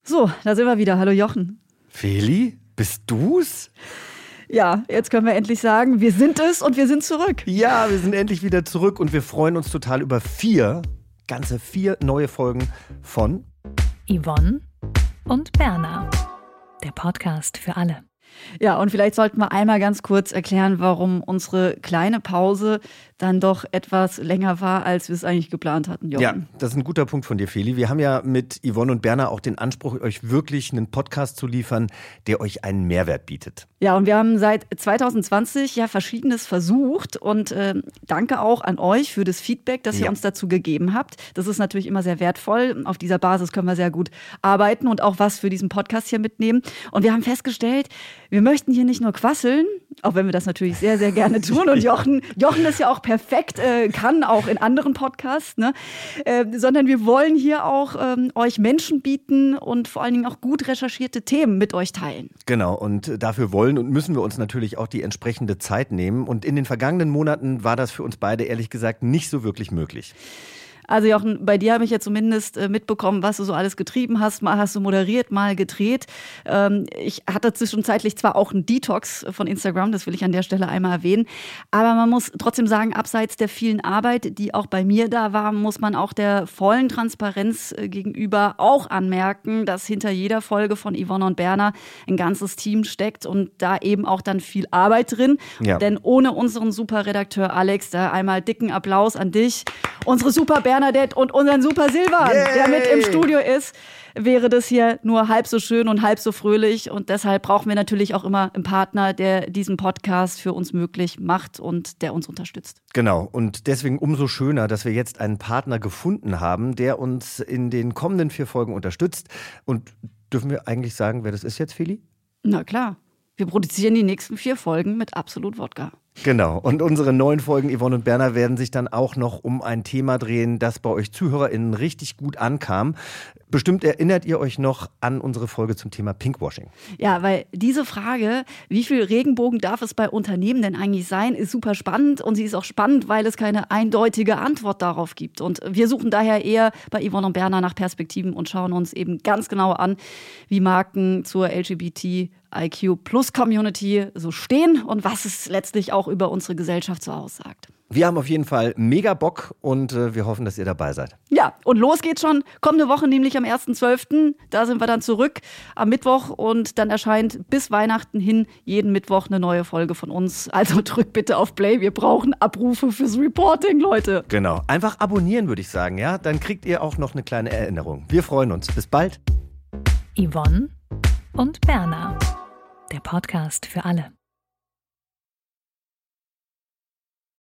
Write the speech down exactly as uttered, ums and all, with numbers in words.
So, da sind wir wieder. Hallo Jochen. Feli, bist du's? Ja, jetzt können wir endlich sagen, wir sind es und wir sind zurück. Ja, wir sind endlich wieder zurück und wir freuen uns total über vier, ganze vier neue Folgen von Yvonne und Berna, der Podcast für alle. Ja, und vielleicht sollten wir einmal ganz kurz erklären, warum unsere kleine Pause dann doch etwas länger war, als wir es eigentlich geplant hatten, Jochen. Ja, das ist ein guter Punkt von dir, Feli. Wir haben ja mit Yvonne und Berna auch den Anspruch, euch wirklich einen Podcast zu liefern, der euch einen Mehrwert bietet. Ja, und wir haben seit zwanzig zwanzig ja Verschiedenes versucht und äh, danke auch an euch für das Feedback, das ihr ja. uns dazu gegeben habt. Das ist natürlich immer sehr wertvoll. Auf dieser Basis können wir sehr gut arbeiten und auch was für diesen Podcast hier mitnehmen. Und wir haben festgestellt, wir möchten hier nicht nur quasseln, auch wenn wir das natürlich sehr, sehr gerne tun. Und Jochen, Jochen ist ja auch perfekt, äh, kann auch in anderen Podcasts, ne? äh, sondern wir wollen hier auch ähm, euch Menschen bieten und vor allen Dingen auch gut recherchierte Themen mit euch teilen. Genau, und dafür wollen und müssen wir uns natürlich auch die entsprechende Zeit nehmen. Und in den vergangenen Monaten war das für uns beide ehrlich gesagt nicht so wirklich möglich. Also Jochen, bei dir habe ich ja zumindest äh, mitbekommen, was du so alles getrieben hast. Mal hast du moderiert, mal gedreht. Ähm, ich hatte zwischenzeitlich zwar auch einen Detox von Instagram, das will ich an der Stelle einmal erwähnen. Aber man muss trotzdem sagen, abseits der vielen Arbeit, die auch bei mir da war, muss man auch der vollen Transparenz äh, gegenüber auch anmerken, dass hinter jeder Folge von Yvonne und Berna ein ganzes Team steckt und da eben auch dann viel Arbeit drin. Ja. Denn ohne unseren Superredakteur Alex, da einmal dicken Applaus an dich, unsere Super Bernadette und unseren Super Silvan, Yay! der mit im Studio ist, wäre das hier nur halb so schön und halb so fröhlich. Und deshalb brauchen wir natürlich auch immer einen Partner, der diesen Podcast für uns möglich macht und der uns unterstützt. Genau, und deswegen umso schöner, dass wir jetzt einen Partner gefunden haben, der uns in den kommenden vier Folgen unterstützt. Und dürfen wir eigentlich sagen, wer das ist jetzt, Feli? Na klar, wir produzieren die nächsten vier Folgen mit Absolut Wodka. Genau, und unsere neuen Folgen Yvonne und Berna werden sich dann auch noch um ein Thema drehen, das bei euch ZuhörerInnen richtig gut ankam. Bestimmt erinnert ihr euch noch an unsere Folge zum Thema Pinkwashing. Ja, weil diese Frage, wie viel Regenbogen darf es bei Unternehmen denn eigentlich sein, ist super spannend. Und sie ist auch spannend, weil es keine eindeutige Antwort darauf gibt. Und wir suchen daher eher bei Yvonne und Berna nach Perspektiven und schauen uns eben ganz genau an, wie Marken zur L G B T I Q Plus Community so stehen und was es letztlich auch über unsere Gesellschaft so aussagt. Wir haben auf jeden Fall mega Bock und äh, wir hoffen, dass ihr dabei seid. Ja, und los geht's schon. Kommende Woche, nämlich am ersten zwölften Da sind wir dann zurück am Mittwoch und dann erscheint bis Weihnachten hin jeden Mittwoch eine neue Folge von uns. Also drückt bitte auf Play. Wir brauchen Abrufe fürs Reporting, Leute. Genau. Einfach abonnieren, würde ich sagen, ja? Dann kriegt ihr auch noch eine kleine Erinnerung. Wir freuen uns. Bis bald. Yvonne und Berna, der Podcast für alle.